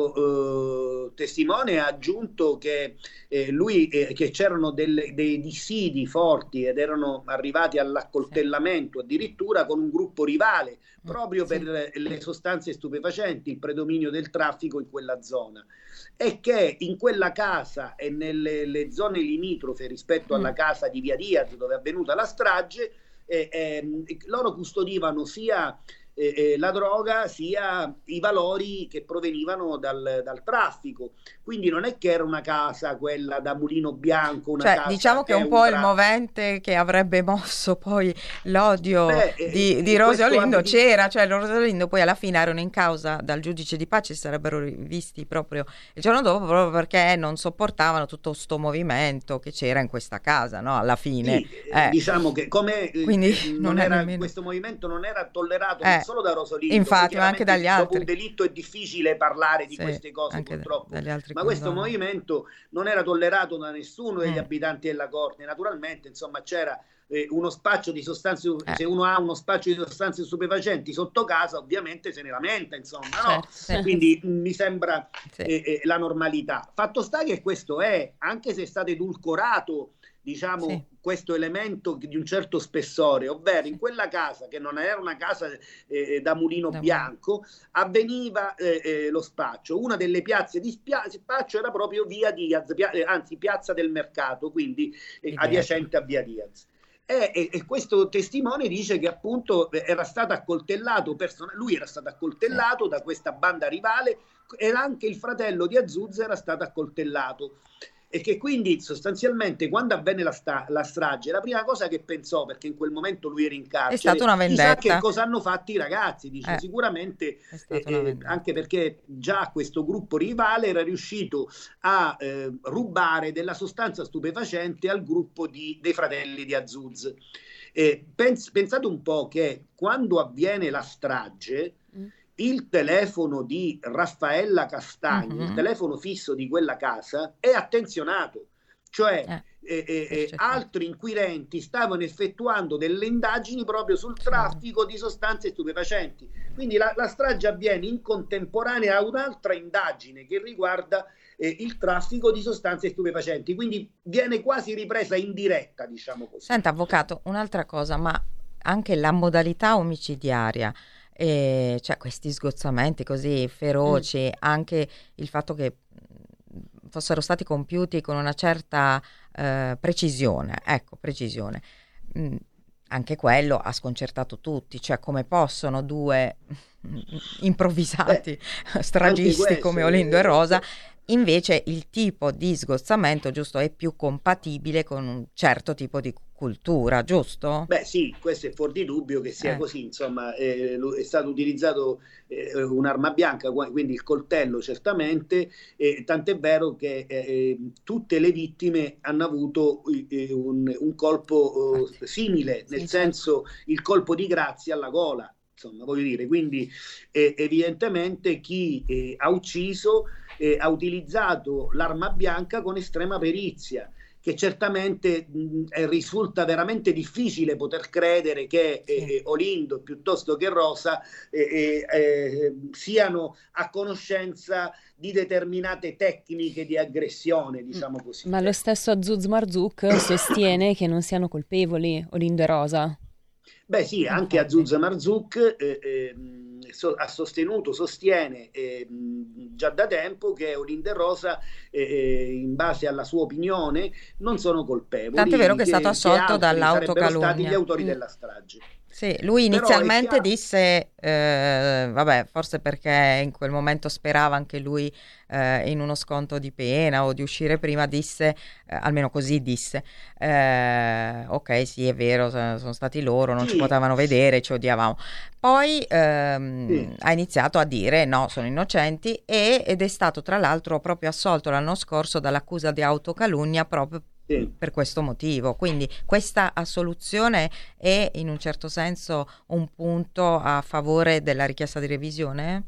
questo uh, testimone ha aggiunto che eh, lui eh, che c'erano delle, dei dissidi forti ed erano arrivati all'accoltellamento addirittura con un gruppo rivale proprio sì. per le sostanze stupefacenti, il predominio del traffico in quella zona, e che in quella casa e nelle le zone limitrofe rispetto mm. alla casa di Via Diaz dove è avvenuta la strage eh, eh, loro custodivano sia Eh, eh, la droga sia i valori che provenivano dal, dal traffico, quindi non è che era una casa quella da Mulino Bianco, una cioè, casa diciamo che è un po' il movente che avrebbe mosso poi l'odio Beh, di, eh, di Rosy Olindo di... c'era, cioè Rosy Olindo poi alla fine erano in causa dal giudice di pace, si sarebbero rivisti proprio il giorno dopo proprio perché non sopportavano tutto sto movimento che c'era in questa casa, no? Alla fine sì, eh. diciamo che come quindi non non era, nemmeno... questo movimento non era tollerato eh. solo da Rosolindo, infatti, ma anche dagli altri. Dopo un delitto è difficile parlare di sì, queste cose purtroppo, da, ma questo condono. movimento non era tollerato da nessuno degli mm. abitanti della Corte. Naturalmente, insomma, c'era eh, uno spaccio di sostanze, eh. se uno ha uno spaccio di sostanze stupefacenti sotto casa, ovviamente se ne lamenta, insomma, no? Certo. Quindi mh, mi sembra sì. eh, eh, la normalità. Fatto sta che questo è, anche se è stato edulcorato, diciamo, sì. questo elemento di un certo spessore, ovvero in quella casa, che non era una casa eh, da mulino da bianco, avveniva eh, eh, lo spaccio. Una delle piazze di spia- spaccio era proprio Via Diaz, pia- eh, anzi Piazza del Mercato, quindi eh, adiacente a Via Diaz. E, e, e questo testimone dice che appunto era stato accoltellato, person- lui era stato accoltellato sì. da questa banda rivale, e anche il fratello di Azuz era stato accoltellato. E che quindi sostanzialmente quando avvenne la, sta- la strage, la prima cosa che pensò, perché in quel momento lui era in carcere, è stata una vendetta. Chissà che cosa hanno fatto i ragazzi, dice, eh, sicuramente eh, eh, anche perché già questo gruppo rivale era riuscito a eh, rubare della sostanza stupefacente al gruppo di, dei fratelli di Azuz. Eh, pens- pensate un po' che quando avviene la strage, mm. il telefono di Raffaella Castagni, mm-hmm. il telefono fisso di quella casa, è attenzionato, cioè eh, eh, eh, altri inquirenti stavano effettuando delle indagini proprio sul traffico di sostanze stupefacenti. Quindi la, la strage avviene in contemporanea a un'altra indagine che riguarda eh, il traffico di sostanze stupefacenti, quindi viene quasi ripresa in diretta, diciamo così. Senta, avvocato, un'altra cosa, ma anche la modalità omicidiaria, e cioè questi sgozzamenti così feroci, mm. anche il fatto che fossero stati compiuti con una certa eh, precisione, ecco, precisione, mm, anche quello ha sconcertato tutti, cioè come possono due improvvisati Beh, stragisti questo, come Olindo e Rosa, invece il tipo di sgozzamento giusto è più compatibile con un certo tipo di cultura, giusto? Beh sì, questo è fuor di dubbio che sia Eh. così, insomma, eh, lo- è stato utilizzato eh, un'arma bianca, qua- quindi il coltello certamente, eh, tant'è vero che eh, tutte le vittime hanno avuto eh, un, un colpo eh, simile, nel Sì, senso il colpo di grazia alla gola, insomma, voglio dire, quindi eh, evidentemente chi eh, ha ucciso eh, ha utilizzato l'arma bianca con estrema perizia, che certamente mh, eh, risulta veramente difficile poter credere che eh, eh, Olindo piuttosto che Rosa eh, eh, eh, siano a conoscenza di determinate tecniche di aggressione, diciamo così. Ma lo stesso Azuz Marzouk sostiene che non siano colpevoli Olindo e Rosa. Beh sì, anche Azuz Marzouk eh, eh, so, ha sostenuto, sostiene eh, già da tempo che Olindo e Rosa, eh, in base alla sua opinione, non sono colpevoli. Tant'è vero che è stato assolto altri sarebbero dall'autocalunnia. stati gli autori Mm. della strage. Sì, lui Però è inizialmente chiaro- disse, eh, vabbè, forse perché in quel momento sperava anche lui eh, in uno sconto di pena o di uscire prima, disse, eh, almeno così disse, eh, ok, sì, è vero, so- sono stati loro, non ci Sì. potevano vedere, ci odiavamo. Poi ehm, Sì. ha iniziato a dire no, sono innocenti e- ed è stato tra l'altro proprio assolto l'anno scorso dall'accusa di autocalunnia proprio Sì. per questo motivo. Quindi questa assoluzione è in un certo senso un punto a favore della richiesta di revisione?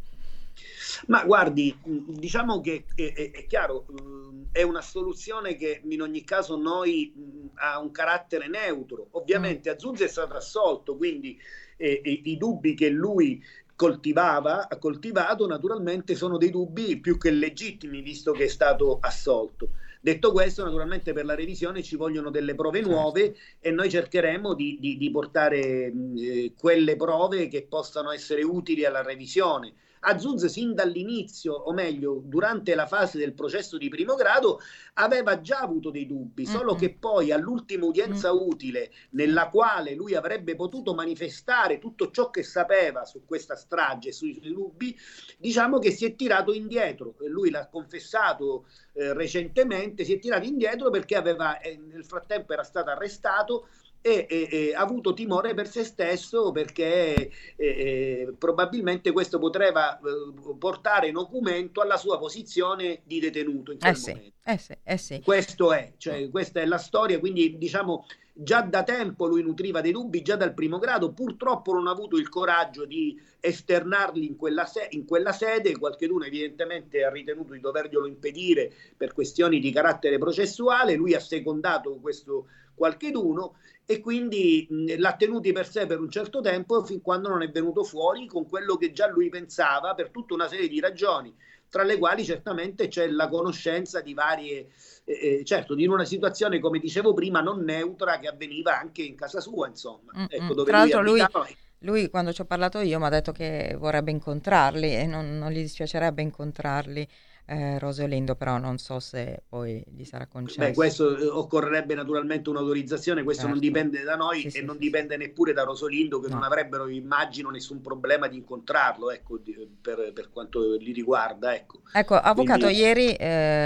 Ma guardi, mh, diciamo che è, è- è chiaro, mh, è una soluzione che in ogni caso noi mh, ha un carattere neutro. Ovviamente Azuz è stato assolto, quindi eh, eh, i dubbi che lui coltivava, ha coltivato, naturalmente sono dei dubbi più che legittimi, visto che è stato assolto. Detto questo, naturalmente per la revisione ci vogliono delle prove nuove e noi cercheremo di, di- di portare mh, eh, quelle prove che possano essere utili alla revisione. Azuz sin dall'inizio, o meglio, durante la fase del processo di primo grado, aveva già avuto dei dubbi, solo Mm-mm. che poi all'ultima udienza utile, nella quale lui avrebbe potuto manifestare tutto ciò che sapeva su questa strage, sui suoi dubbi, diciamo che si è tirato indietro. Lui l'ha confessato eh, recentemente, si è tirato indietro perché aveva, eh, nel frattempo era stato arrestato e, e- e ha avuto timore per se stesso, perché eh, eh, probabilmente questo poteva eh, portare in documento alla sua posizione di detenuto in quel Eh sì, momento. eh sì, eh sì. Questo è, cioè, questa è la storia, quindi diciamo già da tempo lui nutriva dei dubbi, già dal primo grado, purtroppo non ha avuto il coraggio di esternarli in quella, se- in quella sede, qualcheduno evidentemente ha ritenuto di doverglielo impedire per questioni di carattere processuale, lui ha secondato questo qualcheduno e quindi mh, l'ha tenuti per sé per un certo tempo, fin quando non è venuto fuori con quello che già lui pensava, per tutta una serie di ragioni, tra le quali certamente c'è la conoscenza di varie, eh, eh, certo, di una situazione, come dicevo prima, non neutra, che avveniva anche in casa sua, insomma. Mm-mm. Ecco, dove Tra l'altro lui, abitava. lui quando ci ho parlato io mi ha detto che vorrebbe incontrarli e non, non gli dispiacerebbe incontrarli, eh, Rosa e Olindo, però non so se poi gli sarà concesso. Beh, questo eh, occorrerebbe naturalmente un'autorizzazione, questo Certo. non dipende da noi Sì, e sì, non sì, dipende neppure da Rosolindo, che No. non avrebbero, immagino, nessun problema di incontrarlo, ecco, di- per, per quanto li riguarda, ecco. Ecco, avvocato, Quindi- ieri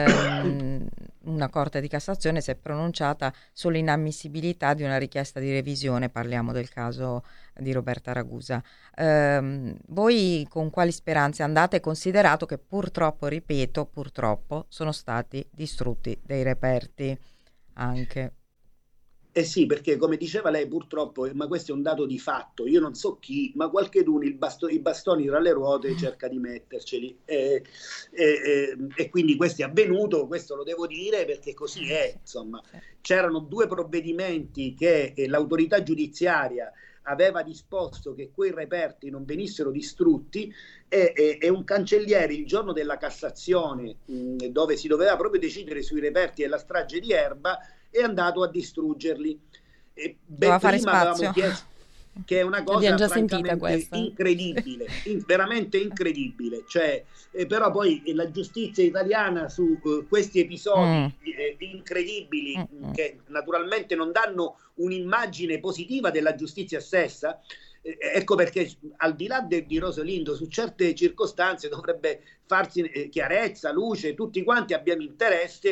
ehm, una Corte di Cassazione si è pronunciata sull'inammissibilità di una richiesta di revisione, parliamo del caso di Roberta Ragusa. Ehm, voi con quali speranze andate, considerato che purtroppo, ripeto, purtroppo sono stati distrutti dei reperti anche? Eh sì, perché come diceva lei, purtroppo, ma questo è un dato di fatto, io non so chi, ma qualcheduno il basto- i bastoni tra le ruote cerca di metterceli. Eh, eh, eh, e quindi questo è avvenuto, questo lo devo dire perché così è, insomma. C'erano due provvedimenti che eh, l'autorità giudiziaria aveva disposto che quei reperti non venissero distrutti e, e- e un cancelliere il giorno della Cassazione, mh, dove si doveva proprio decidere sui reperti della strage di Erba, è andato a distruggerli. E ben Doveva fare prima avevamo spazio. chiesto, che è una cosa L'abbiamo già sentita francamente questa. incredibile, in- veramente incredibile. Cioè, eh, però poi eh, la giustizia italiana su eh, questi episodi Mm. eh, incredibili, Mm, mm. che naturalmente non danno un'immagine positiva della giustizia stessa, eh, ecco perché al di là de- di Rosolindo, su certe circostanze dovrebbe farsi eh, chiarezza, luce, tutti quanti abbiamo interesse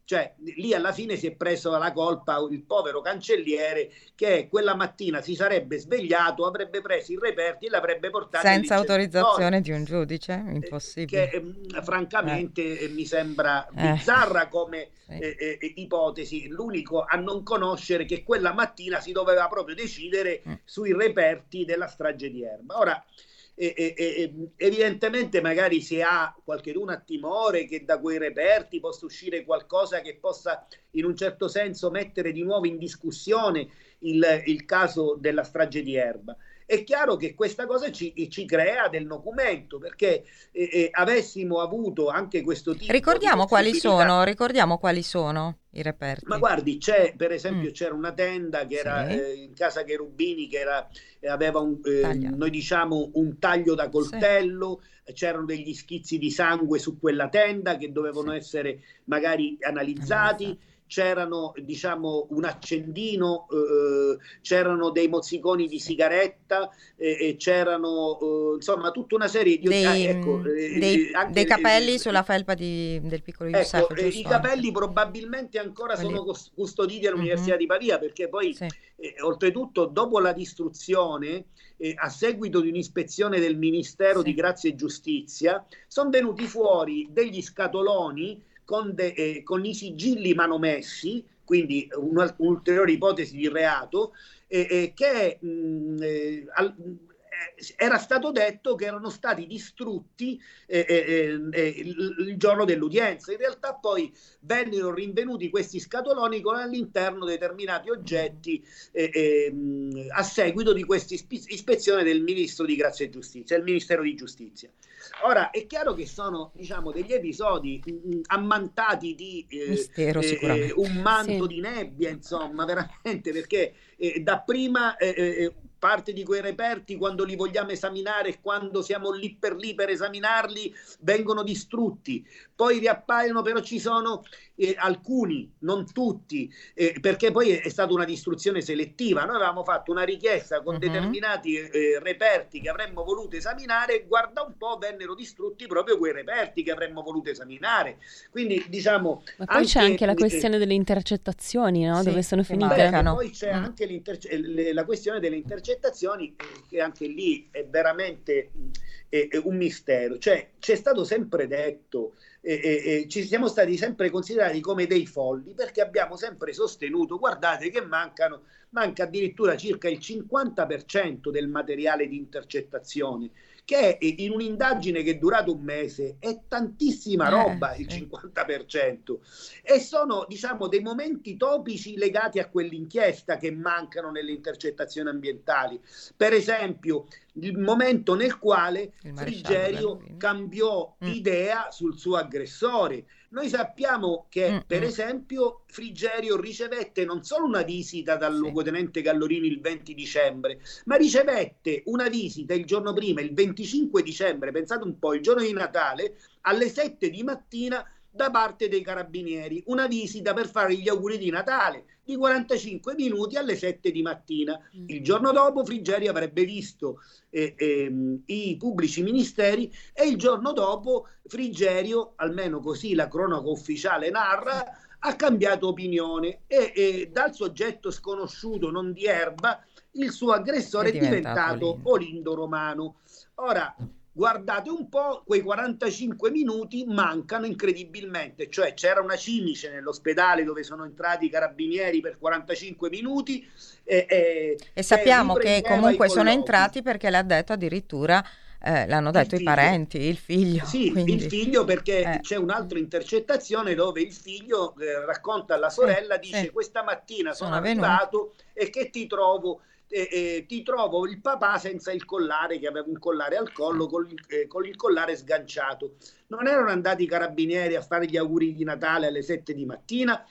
Cioè lì alla fine si è preso la colpa il povero cancelliere, che quella mattina si sarebbe svegliato, avrebbe preso i reperti e l'avrebbe portato senza autorizzazione di un giudice, impossibile. Che eh, francamente eh. mi sembra bizzarra eh. come sì. eh, eh, ipotesi. L'unico a non conoscere che quella mattina si doveva proprio decidere mm. sui reperti della strage di Erba. Ora E, e, e, evidentemente magari si ha qualcheduno a timore che da quei reperti possa uscire qualcosa che possa in un certo senso mettere di nuovo in discussione il, il caso della strage di Erba. È chiaro che questa cosa ci, ci crea del documento, perché eh, eh, avessimo avuto anche questo tipo ricordiamo di quali sono ricordiamo quali sono i reperti. Ma guardi, c'è per esempio mm. c'era una tenda che era sì. eh, in casa Cherubini, che era eh, aveva un eh, noi diciamo un taglio da coltello, sì. c'erano degli schizzi di sangue su quella tenda che dovevano sì. essere magari analizzati. Analizzati. C'erano diciamo un accendino, eh, c'erano dei mozziconi di sigaretta, eh, e c'erano eh, insomma tutta una serie di dei, ah, ecco, eh, dei, anche, dei capelli eh, sulla felpa di, del piccolo Giuseppe. Ecco, i capelli probabilmente ancora Quelli... sono custoditi all'Università mm-hmm. di Pavia, perché poi sì. eh, oltretutto dopo la distruzione, eh, a seguito di un'ispezione del Ministero sì. di Grazia e Giustizia, sono venuti fuori degli scatoloni Con, de, eh, con i sigilli manomessi, quindi un'ulteriore ipotesi di reato, eh, eh, che mh, eh, al, eh, era stato detto che erano stati distrutti eh, eh, eh, il, il giorno dell'udienza. In realtà poi vennero rinvenuti questi scatoloni con all'interno determinati oggetti eh, eh, a seguito di questa ispezione del Ministro di Grazia e Giustizia, il Ministero di Giustizia. Ora è chiaro che sono diciamo degli episodi mh, ammantati di eh, Mistero, eh, un manto sì. di nebbia, insomma, veramente, perché eh, dapprima eh, eh, parte di quei reperti, quando li vogliamo esaminare e quando siamo lì per lì per esaminarli, vengono distrutti, poi riappaiono, però ci sono eh, alcuni, non tutti, eh, perché poi è, è stata una distruzione selettiva. Noi avevamo fatto una richiesta con uh-huh. determinati eh, reperti che avremmo voluto esaminare, e guarda un po' vennero distrutti proprio quei reperti che avremmo voluto esaminare. Quindi diciamo ma poi anche, c'è anche la questione eh, delle intercettazioni, no? Sì, dove sono finite. Beh, poi c'è mm. anche le, la questione delle intercettazioni, eh, che anche lì è veramente eh, è un mistero. Cioè c'è stato sempre detto, eh, eh, ci siamo stati sempre considerati come dei folli, perché abbiamo sempre sostenuto, guardate che mancano manca addirittura circa il cinquanta per cento del materiale di intercettazione, che in un'indagine che è durata un mese è tantissima roba, eh, il cinquanta per cento, e sono diciamo dei momenti topici legati a quell'inchiesta che mancano nelle intercettazioni ambientali. Per esempio il momento nel quale Frigerio cambiò mm. idea sul suo aggressore. Noi sappiamo che mm, per mm. esempio Frigerio ricevette non solo una visita dal sì. luogotenente Gallorini il venti dicembre, ma ricevette una visita il giorno prima, il venticinque dicembre, pensate un po', il giorno di Natale, alle sette di mattina, da parte dei carabinieri, una visita per fare gli auguri di Natale di quarantacinque minuti alle sette di mattina. Il giorno dopo Frigerio avrebbe visto eh, eh, i pubblici ministeri, e il giorno dopo Frigerio, almeno così la cronaca ufficiale narra, ha cambiato opinione e, e dal soggetto sconosciuto, non di Erba, il suo aggressore è diventato, è diventato Olindo. Olindo Romano. Ora guardate un po', quei quarantacinque minuti mancano incredibilmente, cioè c'era una cimice nell'ospedale dove sono entrati i carabinieri per quarantacinque minuti e, e, e sappiamo che comunque sono entrati perché l'ha detto addirittura, eh, l'hanno detto i parenti, il figlio. Sì, quindi, il figlio, perché eh. c'è un'altra intercettazione dove il figlio eh, racconta alla sorella, sì, dice sì. questa mattina sono, sono arrivato e che ti trovo E, e, ti trovo il papà senza il collare, che aveva un collare al collo, con il, eh, con il collare sganciato. Non erano andati i carabinieri a fare gli auguri di Natale alle sette di mattina?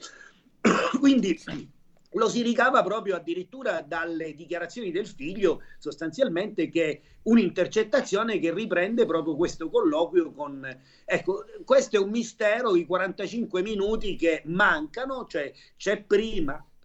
Quindi lo si ricava proprio addirittura dalle dichiarazioni del figlio, sostanzialmente, che un'intercettazione che riprende proprio questo colloquio con... Ecco, questo è un mistero, i quarantacinque minuti che mancano, cioè c'è prima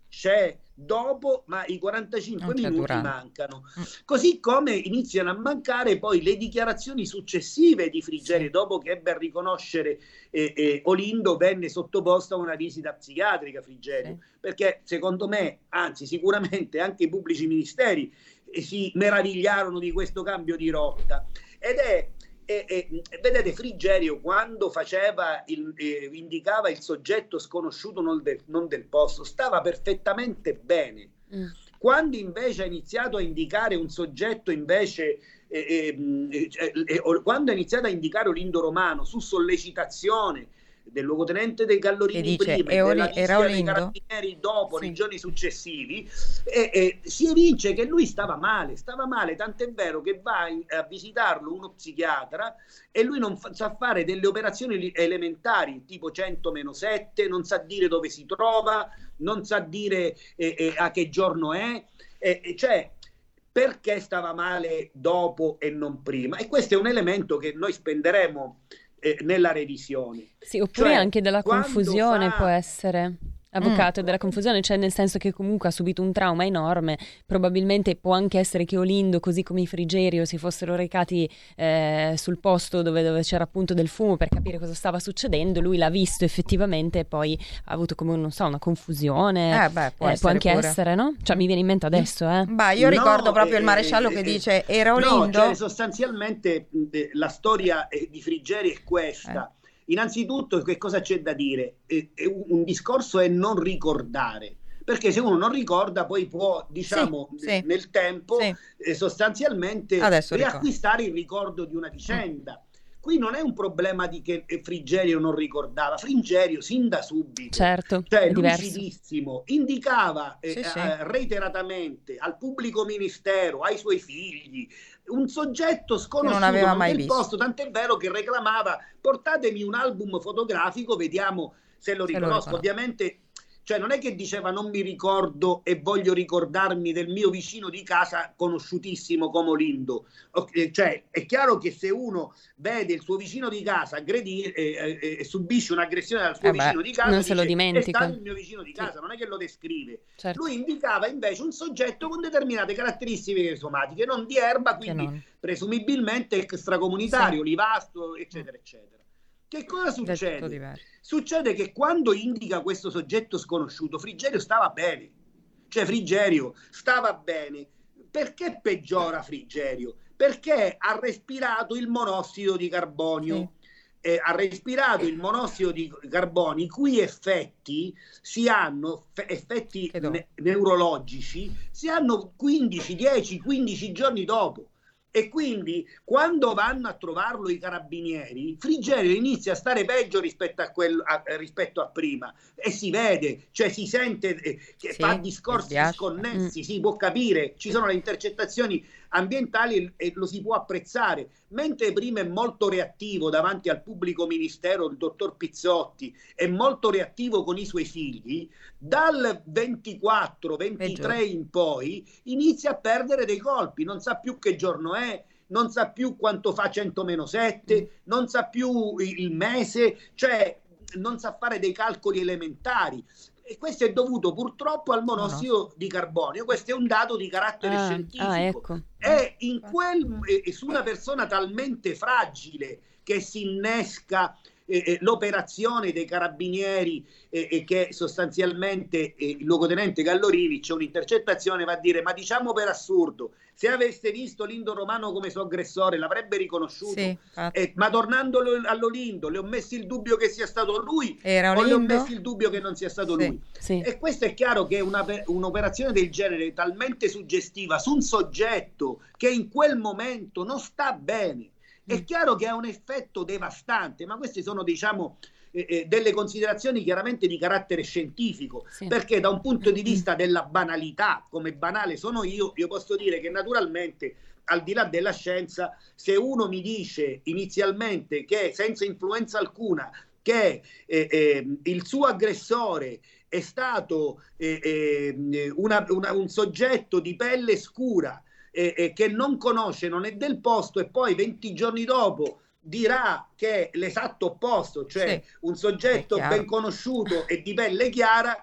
c'è dopo, ma i quarantacinque minuti durante. mancano. Così come iniziano a mancare poi le dichiarazioni successive di Frigerio, sì. dopo che ebbe a riconoscere eh, eh, Olindo, venne sottoposto a una visita psichiatrica Frigerio, sì. perché secondo me, anzi sicuramente anche i pubblici ministeri eh, si meravigliarono di questo cambio di rotta. Ed è E, e, vedete, Frigerio quando faceva il, eh, indicava il soggetto sconosciuto non del, non del posto, stava perfettamente bene. Mm. Quando invece ha iniziato a indicare un soggetto invece eh, eh, eh, eh, quando ha iniziato a indicare Olindo Romano su sollecitazione del luogotenente dei Gallorini dice, prima e e Oli- della era dei Olindo? Carabinieri dopo, sì. nei giorni successivi, e, e, si evince che lui stava male, stava male, tant'è vero che va in, a visitarlo uno psichiatra e lui non fa, sa fare delle operazioni elementari, tipo cento meno sette, non sa dire dove si trova, non sa dire eh, eh, a che giorno è, eh, eh, cioè perché stava male dopo e non prima. E questo è un elemento che noi spenderemo Eh, nella revisione. Sì, oppure cioè, anche della confusione fa... può essere, avvocato, mm. della confusione, cioè nel senso che comunque ha subito un trauma enorme, probabilmente può anche essere che Olindo, così come i Frigerio, si fossero recati eh, sul posto dove, dove c'era appunto del fumo per capire cosa stava succedendo, lui l'ha visto effettivamente e poi ha avuto come, non so, una confusione, eh beh, può, eh, può anche pure. essere, no? Cioè mi viene in mente adesso, eh. Bah, io No, ricordo proprio eh, il maresciallo eh, che eh, dice era no, Olindo? cioè, sostanzialmente eh, la storia eh, di Frigerio è questa. Eh. Innanzitutto, che cosa c'è da dire? Eh, eh, un, un discorso è non ricordare, perché se uno non ricorda poi può, diciamo, sì, sì. nel tempo sì. eh, sostanzialmente Adesso riacquistare ricordo. il ricordo di una vicenda. Mm. Qui non è un problema di che Frigerio non ricordava, Frigerio sin da subito, certo, cioè diverso. lucidissimo, indicava eh, sì, sì. eh, reiteratamente al pubblico ministero, ai suoi figli, un soggetto sconosciuto, non aveva non mai del visto. posto, tant'è vero che reclamava portatemi un album fotografico, vediamo se lo Se riconosco. lo riconosco. Ovviamente, cioè non è che diceva non mi ricordo e voglio ricordarmi del mio vicino di casa conosciutissimo come Olindo. Okay, cioè è chiaro che se uno vede il suo vicino di casa aggredire e eh, eh, subisce un'aggressione dal suo eh vicino beh, di casa, non dice, se lo dimentica. è stato il mio vicino di casa, sì. non è che lo descrive. Certo. Lui indicava invece un soggetto con determinate caratteristiche somatiche, non di erba, quindi presumibilmente extracomunitario, sì. Livasto, eccetera, eccetera. Che cosa succede? Succede che quando indica questo soggetto sconosciuto, Frigerio stava bene. Cioè Frigerio stava bene. Perché peggiora Frigerio? Perché ha respirato il monossido di carbonio. Sì. Eh, ha respirato il monossido di carbonio, i cui effetti si hanno, effetti ne- neurologici, si hanno quindici, dieci, quindici giorni dopo. E quindi quando vanno a trovarlo i carabinieri, Frigerio inizia a stare peggio rispetto a, quel, a, rispetto a prima, e si vede, cioè si sente eh, che sì, fa discorsi sconnessi, mm. si può capire, ci sono le intercettazioni ambientali e lo si può apprezzare, mentre prima è molto reattivo davanti al pubblico ministero, il dottor Pizzotti è molto reattivo con i suoi figli, dal ventiquattro ventitré in poi inizia a perdere dei colpi, non sa più che giorno è, non sa più quanto fa cento meno sette, non sa più il mese, cioè non sa fare dei calcoli elementari. E questo è dovuto purtroppo al monossido no, no. di carbonio. Questo è un dato di carattere ah, scientifico. Ah, ecco. È in quel, è su una persona talmente fragile che si innesca eh, l'operazione dei carabinieri e eh, che sostanzialmente eh, il luogotenente Gallorini c'è un'intercettazione, va a dire ma diciamo per assurdo, se aveste visto Lindo Romano come suo aggressore l'avrebbe riconosciuto, sì, eh, ma tornando all'Olindo le ho messo il dubbio che sia stato lui Era o Olindo? le ho messo il dubbio che non sia stato sì, lui sì. E questo è chiaro che una, un'operazione del genere talmente suggestiva su un soggetto che in quel momento non sta bene, è chiaro che ha un effetto devastante, ma queste sono diciamo eh, eh, delle considerazioni chiaramente di carattere scientifico, sì. Perché da un punto di vista della banalità, come banale sono io, io posso dire che naturalmente al di là della scienza, se uno mi dice inizialmente che senza influenza alcuna che eh, eh, il suo aggressore è stato eh, eh, una, una, un soggetto di pelle scura, E, e che non conosce, non è del posto, e poi venti giorni dopo dirà che è l'esatto opposto, cioè sì, un soggetto ben conosciuto e di pelle chiara,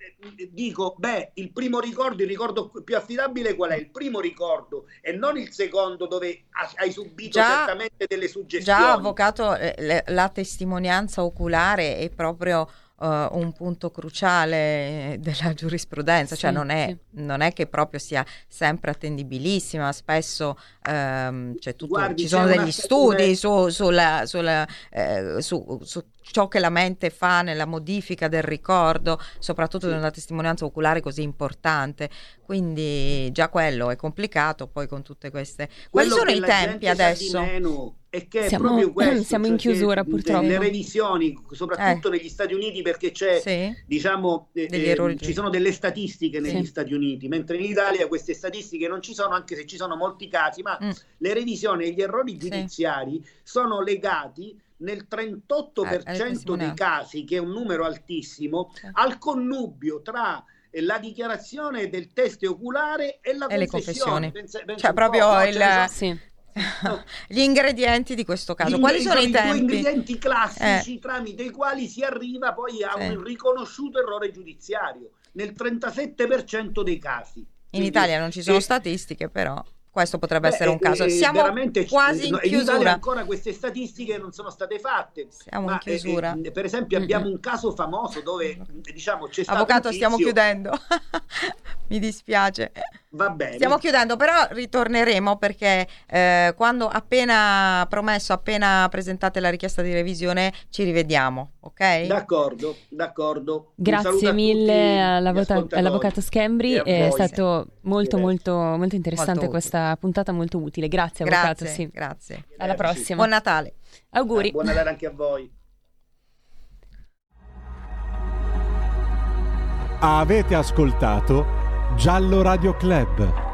dico, beh, il primo ricordo, il ricordo più affidabile qual è? Il primo ricordo e non il secondo dove hai subito già, certamente delle suggestioni. Già, avvocato, eh, la testimonianza oculare è proprio Uh, un punto cruciale della giurisprudenza, sì, cioè non è, sì. non è che proprio sia sempre attendibilissima, spesso um, cioè tutto, Guardi, ci sono degli studi su, sulla, sulla, eh, su, su ciò che la mente fa nella modifica del ricordo, soprattutto sì. nella testimonianza oculare così importante, quindi già quello è complicato, poi con tutte queste... Quali quello sono i tempi adesso? È che siamo, è proprio questo, siamo in chiusura cioè purtroppo. Le revisioni, soprattutto eh. negli Stati Uniti, perché c'è, sì. diciamo, eh, ci sono delle statistiche negli sì. Stati Uniti, mentre in Italia queste statistiche non ci sono, anche se ci sono molti casi, ma mm. le revisioni e gli errori giudiziari sì. sono legati nel trentotto per cento eh, dei casi, che è un numero altissimo, sì. al connubio tra la dichiarazione del teste oculare e la e confessione. Le confessioni. Pensa, pensa cioè proprio no, il... Cioè, sì. No. Gli ingredienti di questo caso, quali sono i tempi? I due ingredienti classici eh. tramite i quali si arriva poi a sì. un riconosciuto errore giudiziario nel trentasette per cento dei casi. In Quindi, Italia non ci sono eh, statistiche, però questo potrebbe beh, essere un caso. Siamo veramente quasi in chiusura. In Italia ancora queste statistiche non sono state fatte. Siamo ma, in chiusura. Eh, per esempio abbiamo mm-hmm. un caso famoso dove diciamo c'è stato Avvocato, un stiamo chiudendo. Mi dispiace. Va bene. Stiamo chiudendo, però ritorneremo perché eh, quando appena promesso, appena presentate la richiesta di revisione, ci rivediamo, ok? D'accordo, d'accordo. Grazie mille all'avvocato, all'avvocato Schembri, è stato molto, molto, molto interessante molto questa puntata, molto utile. Grazie, avvocato. Grazie, sì. grazie. Alla prossima. Buon Natale. Auguri. Eh, buon Natale anche a voi. Avete ascoltato Giallo Radio Club.